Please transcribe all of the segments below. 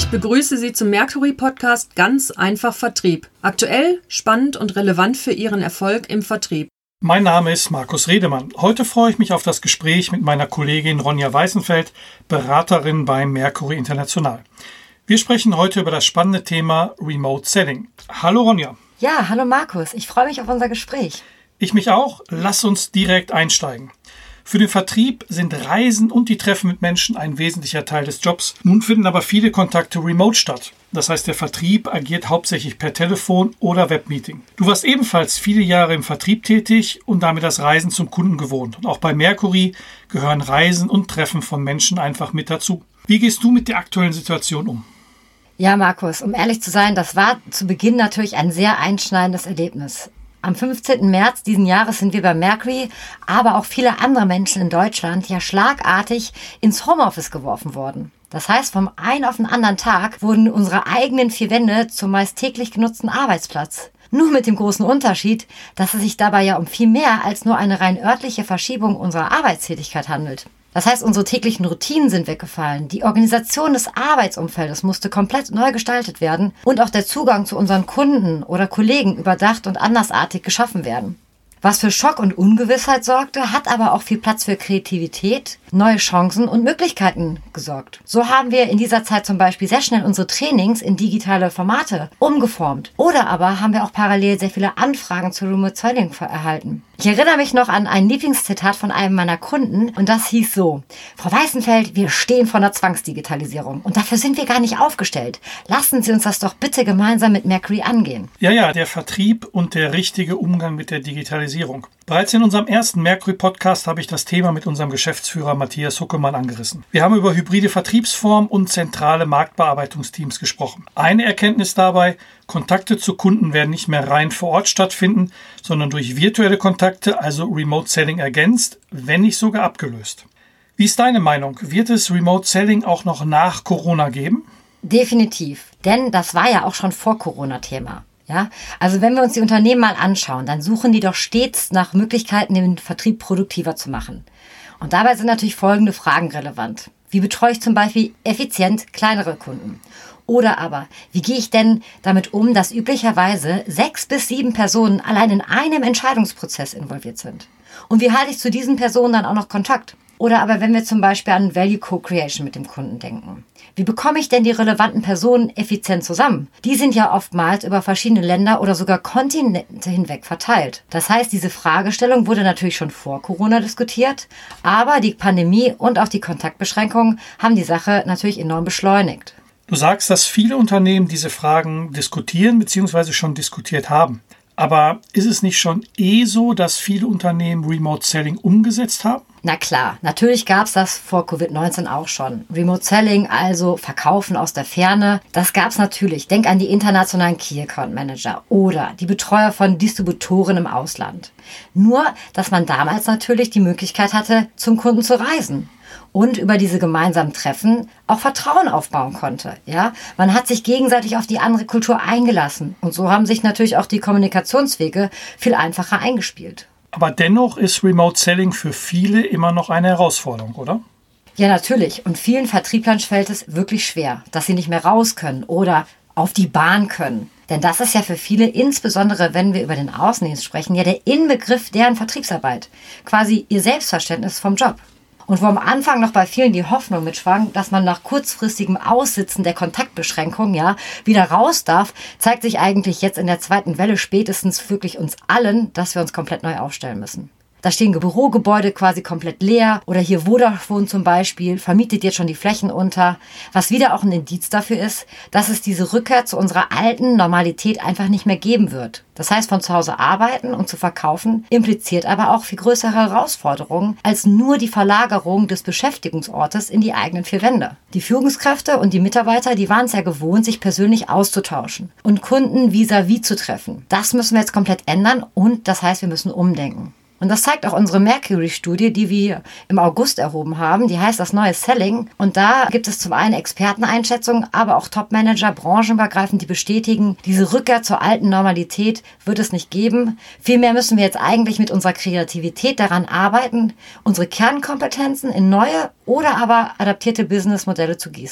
Ich begrüße Sie zum Mercury-Podcast Ganz einfach Vertrieb. Aktuell, spannend und relevant für Ihren Erfolg im Vertrieb. Mein Name ist Markus Redemann. Heute freue ich mich auf das Gespräch mit meiner Kollegin Ronja Weißenfeld, Beraterin bei Mercury International. Wir sprechen heute über das spannende Thema Remote Selling. Hallo Ronja. Ja, hallo Markus. Ich freue mich auf unser Gespräch. Ich mich auch. Lass uns direkt einsteigen. Für den Vertrieb sind Reisen und die Treffen mit Menschen ein wesentlicher Teil des Jobs. Nun finden aber viele Kontakte remote statt. Das heißt, der Vertrieb agiert hauptsächlich per Telefon oder Webmeeting. Du warst ebenfalls viele Jahre im Vertrieb tätig und damit das Reisen zum Kunden gewohnt. Und auch bei Mercury gehören Reisen und Treffen von Menschen einfach mit dazu. Wie gehst du mit der aktuellen Situation um? Ja, Markus, um ehrlich zu sein, das war zu Beginn natürlich ein sehr einschneidendes Erlebnis. Am 15. März diesen Jahres sind wir bei Mercury, aber auch viele andere Menschen in Deutschland ja schlagartig ins Homeoffice geworfen worden. Das heißt, vom einen auf den anderen Tag wurden unsere eigenen vier Wände zum meist täglich genutzten Arbeitsplatz. Nur mit dem großen Unterschied, dass es sich dabei ja um viel mehr als nur eine rein örtliche Verschiebung unserer Arbeitstätigkeit handelt. Das heißt, unsere täglichen Routinen sind weggefallen, die Organisation des Arbeitsumfeldes musste komplett neu gestaltet werden und auch der Zugang zu unseren Kunden oder Kollegen überdacht und andersartig geschaffen werden. Was für Schock und Ungewissheit sorgte, hat aber auch viel Platz für Kreativität, neue Chancen und Möglichkeiten gesorgt. So haben wir in dieser Zeit zum Beispiel sehr schnell unsere Trainings in digitale Formate umgeformt. Oder aber haben wir auch parallel sehr viele Anfragen zu Remote Selling erhalten. Ich erinnere mich noch an ein Lieblingszitat von einem meiner Kunden und das hieß so: Frau Weißenfeld, wir stehen vor einer Zwangsdigitalisierung und dafür sind wir gar nicht aufgestellt. Lassen Sie uns das doch bitte gemeinsam mit Mercury angehen. Ja, der Vertrieb und der richtige Umgang mit der Digitalisierung. Bereits in unserem ersten Mercury-Podcast habe ich das Thema mit unserem Geschäftsführer Matthias Huckemann angerissen. Wir haben über hybride Vertriebsformen und zentrale Marktbearbeitungsteams gesprochen. Eine Erkenntnis dabei: Kontakte zu Kunden werden nicht mehr rein vor Ort stattfinden, sondern durch virtuelle Kontakte, also Remote Selling, ergänzt, wenn nicht sogar abgelöst. Wie ist deine Meinung? Wird es Remote Selling auch noch nach Corona geben? Definitiv, denn das war ja auch schon vor Corona Thema. Ja, also wenn wir uns die Unternehmen mal anschauen, dann suchen die doch stets nach Möglichkeiten, den Vertrieb produktiver zu machen. Und dabei sind natürlich folgende Fragen relevant. Wie betreue ich zum Beispiel effizient kleinere Kunden? Oder aber, wie gehe ich denn damit um, dass üblicherweise 6 bis 7 Personen allein in einem Entscheidungsprozess involviert sind? Und wie halte ich zu diesen Personen dann auch noch Kontakt? Oder aber wenn wir zum Beispiel an Value Co-Creation mit dem Kunden denken. Wie bekomme ich denn die relevanten Personen effizient zusammen? Die sind ja oftmals über verschiedene Länder oder sogar Kontinente hinweg verteilt. Das heißt, diese Fragestellung wurde natürlich schon vor Corona diskutiert, aber die Pandemie und auch die Kontaktbeschränkungen haben die Sache natürlich enorm beschleunigt. Du sagst, dass viele Unternehmen diese Fragen diskutieren bzw. schon diskutiert haben. Aber ist es nicht schon so, dass viele Unternehmen Remote Selling umgesetzt haben? Na klar, natürlich gab es das vor Covid-19 auch schon. Remote Selling, also Verkaufen aus der Ferne, das gab es natürlich. Denk an die internationalen Key Account Manager oder die Betreuer von Distributoren im Ausland. Nur, dass man damals natürlich die Möglichkeit hatte, zum Kunden zu reisen. Und über diese gemeinsamen Treffen auch Vertrauen aufbauen konnte. Ja, man hat sich gegenseitig auf die andere Kultur eingelassen. Und so haben sich natürlich auch die Kommunikationswege viel einfacher eingespielt. Aber dennoch ist Remote Selling für viele immer noch eine Herausforderung, oder? Ja, natürlich. Und vielen Vertrieblern fällt es wirklich schwer, dass sie nicht mehr raus können oder auf die Bahn können. Denn das ist ja für viele, insbesondere wenn wir über den Außendienst sprechen, ja der Inbegriff deren Vertriebsarbeit. Quasi ihr Selbstverständnis vom Job. Und wo am Anfang noch bei vielen die Hoffnung mitschwang, dass man nach kurzfristigem Aussitzen der Kontaktbeschränkung wieder raus darf, zeigt sich eigentlich jetzt in der zweiten Welle spätestens wirklich uns allen, dass wir uns komplett neu aufstellen müssen. Da stehen Bürogebäude quasi komplett leer oder hier Vodafone zum Beispiel vermietet jetzt schon die Flächen unter, was wieder auch ein Indiz dafür ist, dass es diese Rückkehr zu unserer alten Normalität einfach nicht mehr geben wird. Das heißt, von zu Hause arbeiten und zu verkaufen impliziert aber auch viel größere Herausforderungen als nur die Verlagerung des Beschäftigungsortes in die eigenen vier Wände. Die Führungskräfte und die Mitarbeiter, die waren es ja gewohnt, sich persönlich auszutauschen und Kunden vis-à-vis zu treffen. Das müssen wir jetzt komplett ändern und das heißt, wir müssen umdenken. Und das zeigt auch unsere Mercury-Studie, die wir im August erhoben haben. Die heißt das neue Selling. Und da gibt es zum einen Experteneinschätzungen, aber auch Top-Manager branchenübergreifend, die bestätigen, diese Rückkehr zur alten Normalität wird es nicht geben. Vielmehr müssen wir jetzt eigentlich mit unserer Kreativität daran arbeiten, unsere Kernkompetenzen in neue oder aber adaptierte Businessmodelle zu gießen.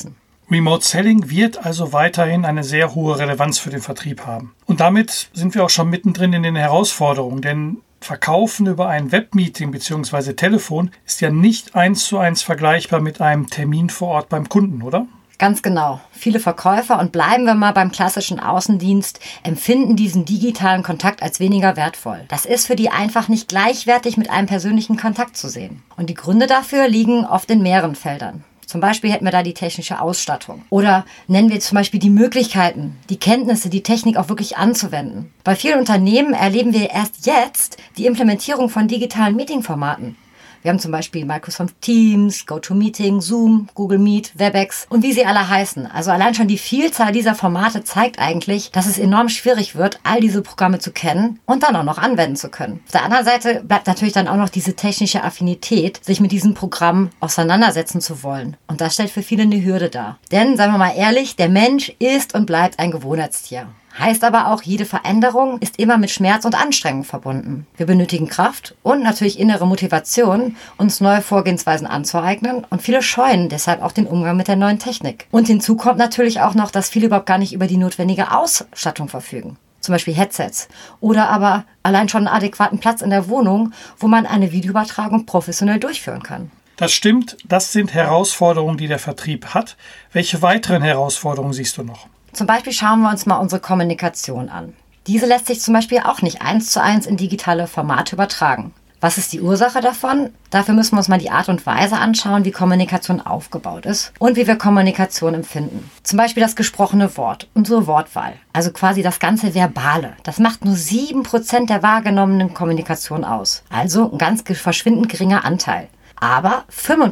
Remote Selling wird also weiterhin eine sehr hohe Relevanz für den Vertrieb haben. Und damit sind wir auch schon mittendrin in den Herausforderungen, denn Verkaufen über ein Webmeeting bzw. Telefon ist ja nicht 1:1 vergleichbar mit einem Termin vor Ort beim Kunden, oder? Ganz genau. Viele Verkäufer, und bleiben wir mal beim klassischen Außendienst, empfinden diesen digitalen Kontakt als weniger wertvoll. Das ist für die einfach nicht gleichwertig mit einem persönlichen Kontakt zu sehen. Und die Gründe dafür liegen oft in mehreren Feldern. Zum Beispiel hätten wir da die technische Ausstattung. Oder nennen wir zum Beispiel die Möglichkeiten, die Kenntnisse, die Technik auch wirklich anzuwenden. Bei vielen Unternehmen erleben wir erst jetzt die Implementierung von digitalen Meetingformaten. Wir haben zum Beispiel Microsoft Teams, GoToMeeting, Zoom, Google Meet, WebEx und wie sie alle heißen. Also allein schon die Vielzahl dieser Formate zeigt eigentlich, dass es enorm schwierig wird, all diese Programme zu kennen und dann auch noch anwenden zu können. Auf der anderen Seite bleibt natürlich dann auch noch diese technische Affinität, sich mit diesem Programm auseinandersetzen zu wollen. Und das stellt für viele eine Hürde dar. Denn, seien wir mal ehrlich, der Mensch ist und bleibt ein Gewohnheitstier. Heißt aber auch, jede Veränderung ist immer mit Schmerz und Anstrengung verbunden. Wir benötigen Kraft und natürlich innere Motivation, uns neue Vorgehensweisen anzueignen, und viele scheuen deshalb auch den Umgang mit der neuen Technik. Und hinzu kommt natürlich auch noch, dass viele überhaupt gar nicht über die notwendige Ausstattung verfügen. Zum Beispiel Headsets oder aber allein schon einen adäquaten Platz in der Wohnung, wo man eine Videoübertragung professionell durchführen kann. Das stimmt, das sind Herausforderungen, die der Vertrieb hat. Welche weiteren Herausforderungen siehst du noch? Zum Beispiel schauen wir uns mal unsere Kommunikation an. Diese lässt sich zum Beispiel auch nicht 1:1 in digitale Formate übertragen. Was ist die Ursache davon? Dafür müssen wir uns mal die Art und Weise anschauen, wie Kommunikation aufgebaut ist und wie wir Kommunikation empfinden. Zum Beispiel das gesprochene Wort, unsere Wortwahl, also quasi das ganze Verbale. Das macht nur 7% der wahrgenommenen Kommunikation aus. Also ein ganz verschwindend geringer Anteil. Aber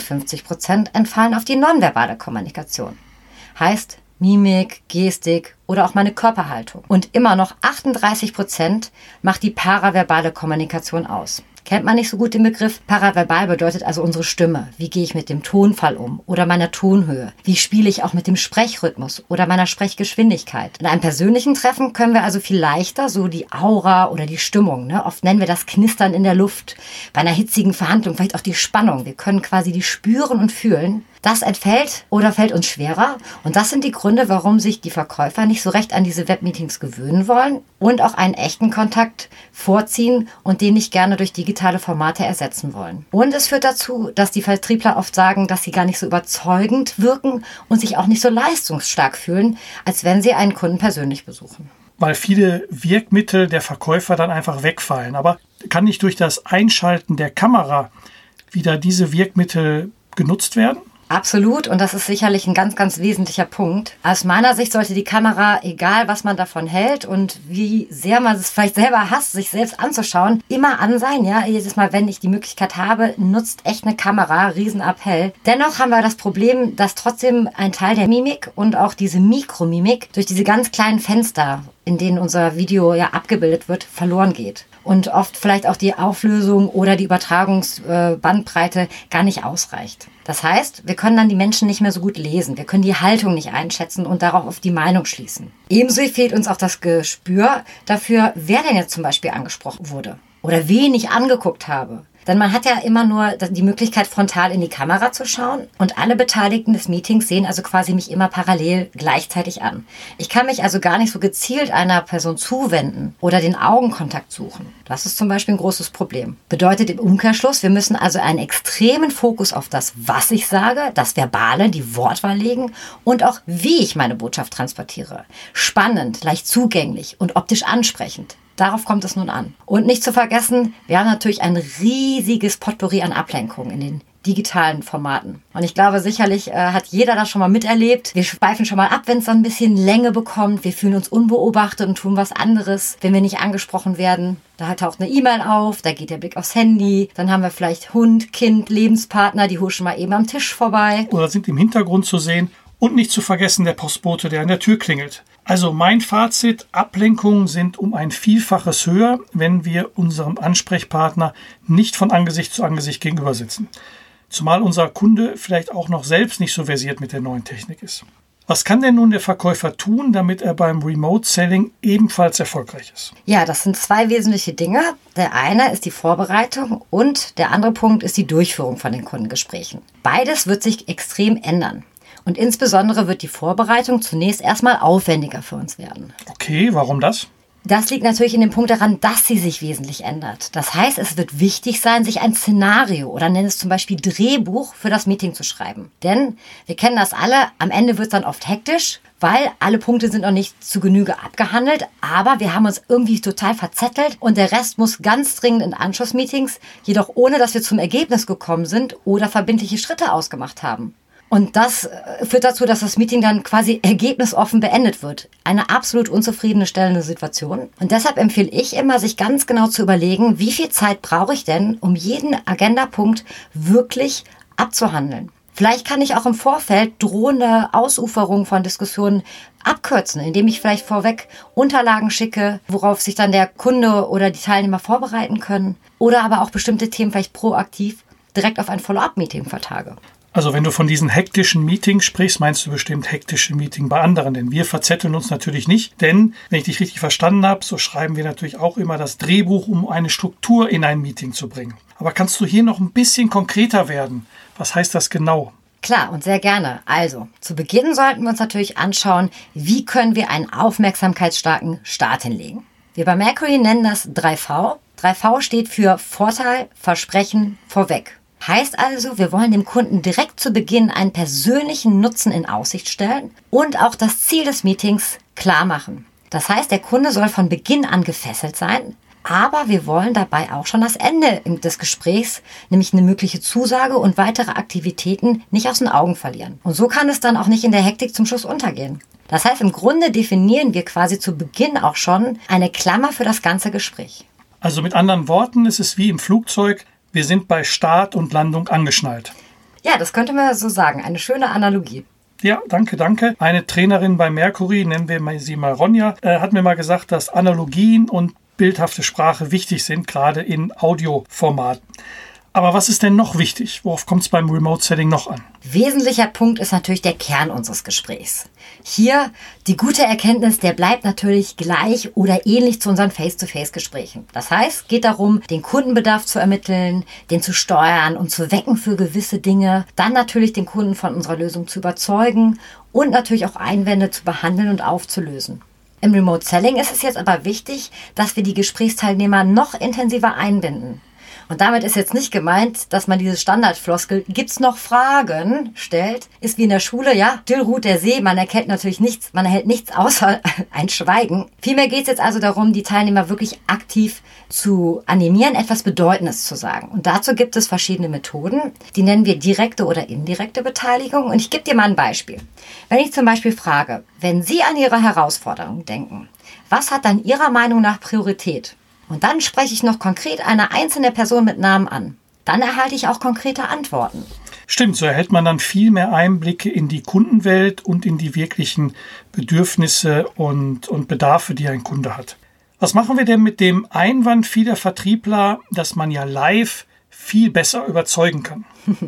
55% entfallen auf die nonverbale Kommunikation. Heißt, Mimik, Gestik oder auch meine Körperhaltung. Und immer noch 38% macht die paraverbale Kommunikation aus. Kennt man nicht so gut den Begriff? Paraverbal bedeutet also unsere Stimme. Wie gehe ich mit dem Tonfall um oder meiner Tonhöhe? Wie spiele ich auch mit dem Sprechrhythmus oder meiner Sprechgeschwindigkeit? In einem persönlichen Treffen können wir also viel leichter so die Aura oder die Stimmung, oft nennen wir das Knistern in der Luft. Bei einer hitzigen Verhandlung vielleicht auch die Spannung. Wir können quasi die spüren und fühlen. Das entfällt oder fällt uns schwerer. Und das sind die Gründe, warum sich die Verkäufer nicht so recht an diese Webmeetings gewöhnen wollen und auch einen echten Kontakt vorziehen und den nicht gerne durch digitale Formate ersetzen wollen. Und es führt dazu, dass die Vertriebler oft sagen, dass sie gar nicht so überzeugend wirken und sich auch nicht so leistungsstark fühlen, als wenn sie einen Kunden persönlich besuchen. Weil viele Wirkmittel der Verkäufer dann einfach wegfallen. Aber kann nicht durch das Einschalten der Kamera wieder diese Wirkmittel genutzt werden? Absolut, und das ist sicherlich ein ganz, ganz wesentlicher Punkt. Aus meiner Sicht sollte die Kamera, egal was man davon hält und wie sehr man es vielleicht selber hasst, sich selbst anzuschauen, immer an sein. Ja, jedes Mal, wenn ich die Möglichkeit habe, nutzt echt eine Kamera, Riesenappell. Dennoch haben wir das Problem, dass trotzdem ein Teil der Mimik und auch diese Mikromimik durch diese ganz kleinen Fenster, in denen unser Video ja abgebildet wird, verloren geht. Und oft vielleicht auch die Auflösung oder die Übertragungsbandbreite gar nicht ausreicht. Das heißt, wir können dann die Menschen nicht mehr so gut lesen. Wir können die Haltung nicht einschätzen und darauf auf die Meinung schließen. Ebenso fehlt uns auch das Gespür dafür, wer denn jetzt zum Beispiel angesprochen wurde oder wen ich angeguckt habe. Denn man hat ja immer nur die Möglichkeit, frontal in die Kamera zu schauen, und alle Beteiligten des Meetings sehen also quasi mich immer parallel gleichzeitig an. Ich kann mich also gar nicht so gezielt einer Person zuwenden oder den Augenkontakt suchen. Das ist zum Beispiel ein großes Problem. Bedeutet im Umkehrschluss, wir müssen also einen extremen Fokus auf das, was ich sage, das Verbale, die Wortwahl legen und auch, wie ich meine Botschaft transportiere. Spannend, leicht zugänglich und optisch ansprechend. Darauf kommt es nun an. Und nicht zu vergessen, wir haben natürlich ein riesiges Potpourri an Ablenkungen in den digitalen Formaten. Und ich glaube, sicherlich hat jeder das schon mal miterlebt. Wir schweifen schon mal ab, wenn es dann ein bisschen Länge bekommt. Wir fühlen uns unbeobachtet und tun was anderes, wenn wir nicht angesprochen werden. Da taucht eine E-Mail auf, da geht der Blick aufs Handy. Dann haben wir vielleicht Hund, Kind, Lebenspartner, die huschen mal eben am Tisch vorbei. Oder sind im Hintergrund zu sehen. Und nicht zu vergessen der Postbote, der an der Tür klingelt. Also mein Fazit, Ablenkungen sind um ein Vielfaches höher, wenn wir unserem Ansprechpartner nicht von Angesicht zu Angesicht gegenüber sitzen. Zumal unser Kunde vielleicht auch noch selbst nicht so versiert mit der neuen Technik ist. Was kann denn nun der Verkäufer tun, damit er beim Remote Selling ebenfalls erfolgreich ist? Ja, das sind zwei wesentliche Dinge. Der eine ist die Vorbereitung und der andere Punkt ist die Durchführung von den Kundengesprächen. Beides wird sich extrem ändern. Und insbesondere wird die Vorbereitung zunächst erstmal aufwendiger für uns werden. Okay, warum das? Das liegt natürlich in dem Punkt daran, dass sie sich wesentlich ändert. Das heißt, es wird wichtig sein, sich ein Szenario oder nenn es zum Beispiel Drehbuch für das Meeting zu schreiben. Denn wir kennen das alle, am Ende wird es dann oft hektisch, weil alle Punkte sind noch nicht zu Genüge abgehandelt, aber wir haben uns irgendwie total verzettelt und der Rest muss ganz dringend in Anschlussmeetings, jedoch ohne, dass wir zum Ergebnis gekommen sind oder verbindliche Schritte ausgemacht haben. Und das führt dazu, dass das Meeting dann quasi ergebnisoffen beendet wird. Eine absolut unzufriedenstellende Situation. Und deshalb empfehle ich immer, sich ganz genau zu überlegen, wie viel Zeit brauche ich denn, um jeden Agendapunkt wirklich abzuhandeln. Vielleicht kann ich auch im Vorfeld drohende Ausuferungen von Diskussionen abkürzen, indem ich vielleicht vorweg Unterlagen schicke, worauf sich dann der Kunde oder die Teilnehmer vorbereiten können. Oder aber auch bestimmte Themen vielleicht proaktiv direkt auf ein Follow-up-Meeting vertage. Also wenn du von diesen hektischen Meetings sprichst, meinst du bestimmt hektische Meeting bei anderen, denn wir verzetteln uns natürlich nicht, denn wenn ich dich richtig verstanden habe, so schreiben wir natürlich auch immer das Drehbuch, um eine Struktur in ein Meeting zu bringen. Aber kannst du hier noch ein bisschen konkreter werden? Was heißt das genau? Klar und sehr gerne. Also, zu Beginn sollten wir uns natürlich anschauen, wie können wir einen aufmerksamkeitsstarken Start hinlegen. Wir bei Mercury nennen das 3V. 3V steht für Vorteil, Versprechen, Vorweg. Heißt also, wir wollen dem Kunden direkt zu Beginn einen persönlichen Nutzen in Aussicht stellen und auch das Ziel des Meetings klar machen. Das heißt, der Kunde soll von Beginn an gefesselt sein, aber wir wollen dabei auch schon das Ende des Gesprächs, nämlich eine mögliche Zusage und weitere Aktivitäten nicht aus den Augen verlieren. Und so kann es dann auch nicht in der Hektik zum Schluss untergehen. Das heißt, im Grunde definieren wir quasi zu Beginn auch schon eine Klammer für das ganze Gespräch. Also mit anderen Worten, es ist wie im Flugzeug, wir sind bei Start und Landung angeschnallt. Ja, das könnte man so sagen. Eine schöne Analogie. Ja, danke. Eine Trainerin bei Mercury, nennen wir sie mal Ronja, hat mir mal gesagt, dass Analogien und bildhafte Sprache wichtig sind, gerade in Audioformaten. Aber was ist denn noch wichtig? Worauf kommt es beim Remote-Setting noch an? Wesentlicher Punkt ist natürlich der Kern unseres Gesprächs. Hier die gute Erkenntnis, der bleibt natürlich gleich oder ähnlich zu unseren Face-to-Face-Gesprächen. Das heißt, es geht darum, den Kundenbedarf zu ermitteln, den zu steuern und zu wecken für gewisse Dinge, dann natürlich den Kunden von unserer Lösung zu überzeugen und natürlich auch Einwände zu behandeln und aufzulösen. Im Remote Selling ist es jetzt aber wichtig, dass wir die Gesprächsteilnehmer noch intensiver einbinden. Und damit ist jetzt nicht gemeint, dass man diese Standardfloskel, gibt's noch Fragen, stellt, ist wie in der Schule, ja, still ruht der See, man erkennt natürlich nichts, man erhält nichts außer ein Schweigen. Vielmehr geht es jetzt also darum, die Teilnehmer wirklich aktiv zu animieren, etwas Bedeutendes zu sagen. Und dazu gibt es verschiedene Methoden, die nennen wir direkte oder indirekte Beteiligung. Und ich gebe dir mal ein Beispiel. Wenn ich zum Beispiel frage, wenn Sie an Ihre Herausforderung denken, was hat dann Ihrer Meinung nach Priorität? Und dann spreche ich noch konkret eine einzelne Person mit Namen an. Dann erhalte ich auch konkrete Antworten. Stimmt, so erhält man dann viel mehr Einblicke in die Kundenwelt und in die wirklichen Bedürfnisse und Bedarfe, die ein Kunde hat. Was machen wir denn mit dem Einwand vieler Vertriebler, dass man ja live viel besser überzeugen kann?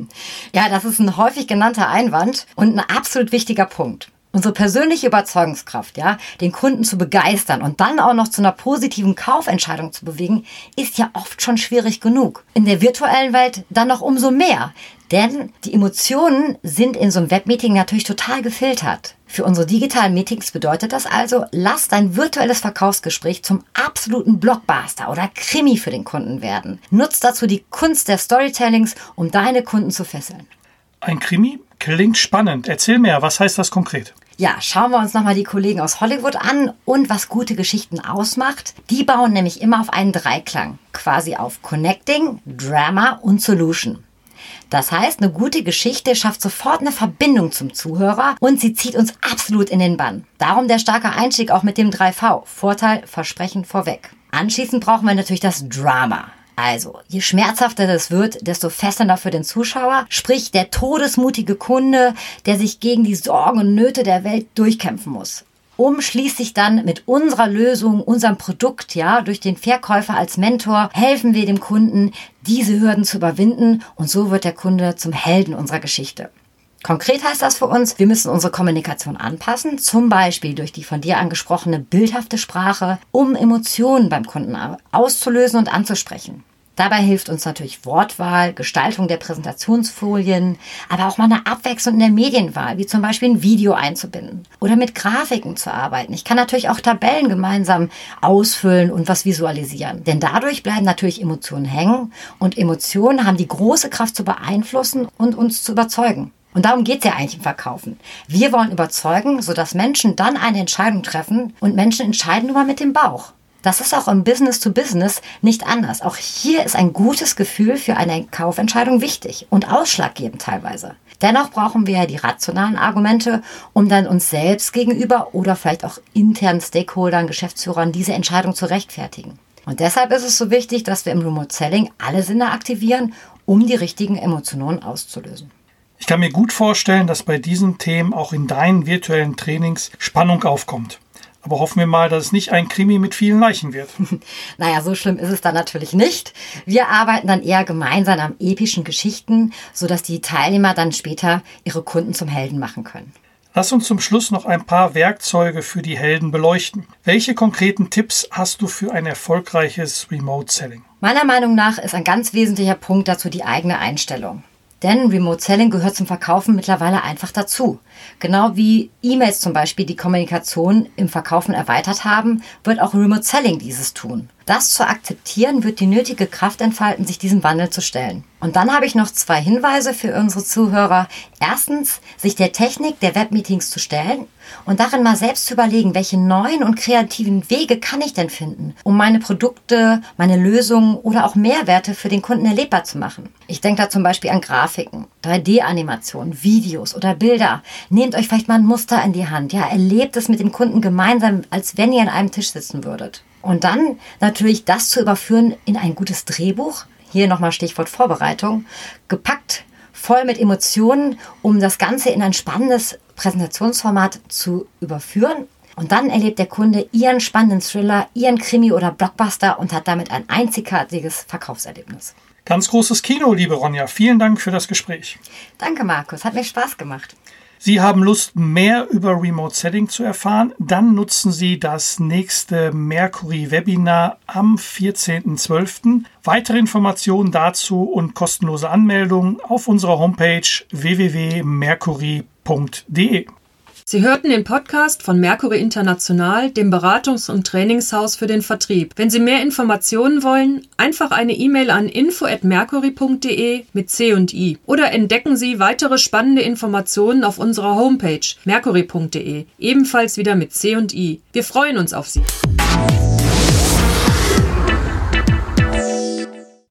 Ja, das ist ein häufig genannter Einwand und ein absolut wichtiger Punkt. Unsere persönliche Überzeugungskraft, ja, den Kunden zu begeistern und dann auch noch zu einer positiven Kaufentscheidung zu bewegen, ist ja oft schon schwierig genug. In der virtuellen Welt dann noch umso mehr. Denn die Emotionen sind in so einem Webmeeting natürlich total gefiltert. Für unsere digitalen Meetings bedeutet das also, lass dein virtuelles Verkaufsgespräch zum absoluten Blockbuster oder Krimi für den Kunden werden. Nutz dazu die Kunst des Storytellings, um deine Kunden zu fesseln. Ein Krimi? Klingt spannend. Erzähl mehr, was heißt das konkret? Ja, schauen wir uns nochmal die Kollegen aus Hollywood an und was gute Geschichten ausmacht. Die bauen nämlich immer auf einen Dreiklang, quasi auf Connecting, Drama und Solution. Das heißt, eine gute Geschichte schafft sofort eine Verbindung zum Zuhörer und sie zieht uns absolut in den Bann. Darum der starke Einstieg auch mit dem 3V, Vorteil, Versprechen, Vorweg. Anschließend brauchen wir natürlich das Drama. Also, je schmerzhafter das wird, desto fesselnder für den Zuschauer. Sprich, der todesmutige Kunde, der sich gegen die Sorgen und Nöte der Welt durchkämpfen muss. Um schließlich dann mit unserer Lösung, unserem Produkt, ja, durch den Verkäufer als Mentor, helfen wir dem Kunden, diese Hürden zu überwinden und so wird der Kunde zum Helden unserer Geschichte. Konkret heißt das für uns, wir müssen unsere Kommunikation anpassen, zum Beispiel durch die von dir angesprochene bildhafte Sprache, um Emotionen beim Kunden auszulösen und anzusprechen. Dabei hilft uns natürlich Wortwahl, Gestaltung der Präsentationsfolien, aber auch mal eine Abwechslung in der Medienwahl, wie zum Beispiel ein Video einzubinden oder mit Grafiken zu arbeiten. Ich kann natürlich auch Tabellen gemeinsam ausfüllen und was visualisieren, denn dadurch bleiben natürlich Emotionen hängen und Emotionen haben die große Kraft zu beeinflussen und uns zu überzeugen. Und darum geht es ja eigentlich im Verkaufen. Wir wollen überzeugen, sodass Menschen dann eine Entscheidung treffen und Menschen entscheiden nur mal mit dem Bauch. Das ist auch im Business to Business nicht anders. Auch hier ist ein gutes Gefühl für eine Kaufentscheidung wichtig und ausschlaggebend teilweise. Dennoch brauchen wir ja die rationalen Argumente, um dann uns selbst gegenüber oder vielleicht auch internen Stakeholdern, Geschäftsführern diese Entscheidung zu rechtfertigen. Und deshalb ist es so wichtig, dass wir im Remote Selling alle Sinne aktivieren, um die richtigen Emotionen auszulösen. Ich kann mir gut vorstellen, dass bei diesen Themen auch in deinen virtuellen Trainings Spannung aufkommt. Aber hoffen wir mal, dass es nicht ein Krimi mit vielen Leichen wird. Naja, so schlimm ist es dann natürlich nicht. Wir arbeiten dann eher gemeinsam an epischen Geschichten, sodass die Teilnehmer dann später ihre Kunden zum Helden machen können. Lass uns zum Schluss noch ein paar Werkzeuge für die Helden beleuchten. Welche konkreten Tipps hast du für ein erfolgreiches Remote Selling? Meiner Meinung nach ist ein ganz wesentlicher Punkt dazu die eigene Einstellung. Denn Remote Selling gehört zum Verkaufen mittlerweile einfach dazu. Genau wie E-Mails zum Beispiel die Kommunikation im Verkaufen erweitert haben, wird auch Remote Selling dieses tun. Das zu akzeptieren, wird die nötige Kraft entfalten, sich diesem Wandel zu stellen. Und dann habe ich noch 2 Hinweise für unsere Zuhörer. Erstens, sich der Technik der Webmeetings zu stellen und darin mal selbst zu überlegen, welche neuen und kreativen Wege kann ich denn finden, um meine Produkte, meine Lösungen oder auch Mehrwerte für den Kunden erlebbar zu machen. Ich denke da zum Beispiel an Grafiken, 3D-Animationen, Videos oder Bilder. Nehmt euch vielleicht mal ein Muster in die Hand. Ja, erlebt es mit dem Kunden gemeinsam, als wenn ihr an einem Tisch sitzen würdet. Und dann natürlich das zu überführen in ein gutes Drehbuch. Hier nochmal Stichwort Vorbereitung. Gepackt, voll mit Emotionen, um das Ganze in ein spannendes Präsentationsformat zu überführen. Und dann erlebt der Kunde Ihren spannenden Thriller, Ihren Krimi oder Blockbuster und hat damit ein einzigartiges Verkaufserlebnis. Ganz großes Kino, liebe Ronja. Vielen Dank für das Gespräch. Danke, Markus. Hat mir Spaß gemacht. Sie haben Lust, mehr über Remote Selling zu erfahren? Dann nutzen Sie das nächste Mercury-Webinar am 14.12. Weitere Informationen dazu und kostenlose Anmeldungen auf unserer Homepage www.mercury.de. Sie hörten den Podcast von Mercury International, dem Beratungs- und Trainingshaus für den Vertrieb. Wenn Sie mehr Informationen wollen, einfach eine E-Mail an info@mercury.de mit C und I. Oder entdecken Sie weitere spannende Informationen auf unserer Homepage mercury.de, ebenfalls wieder mit C und I. Wir freuen uns auf Sie.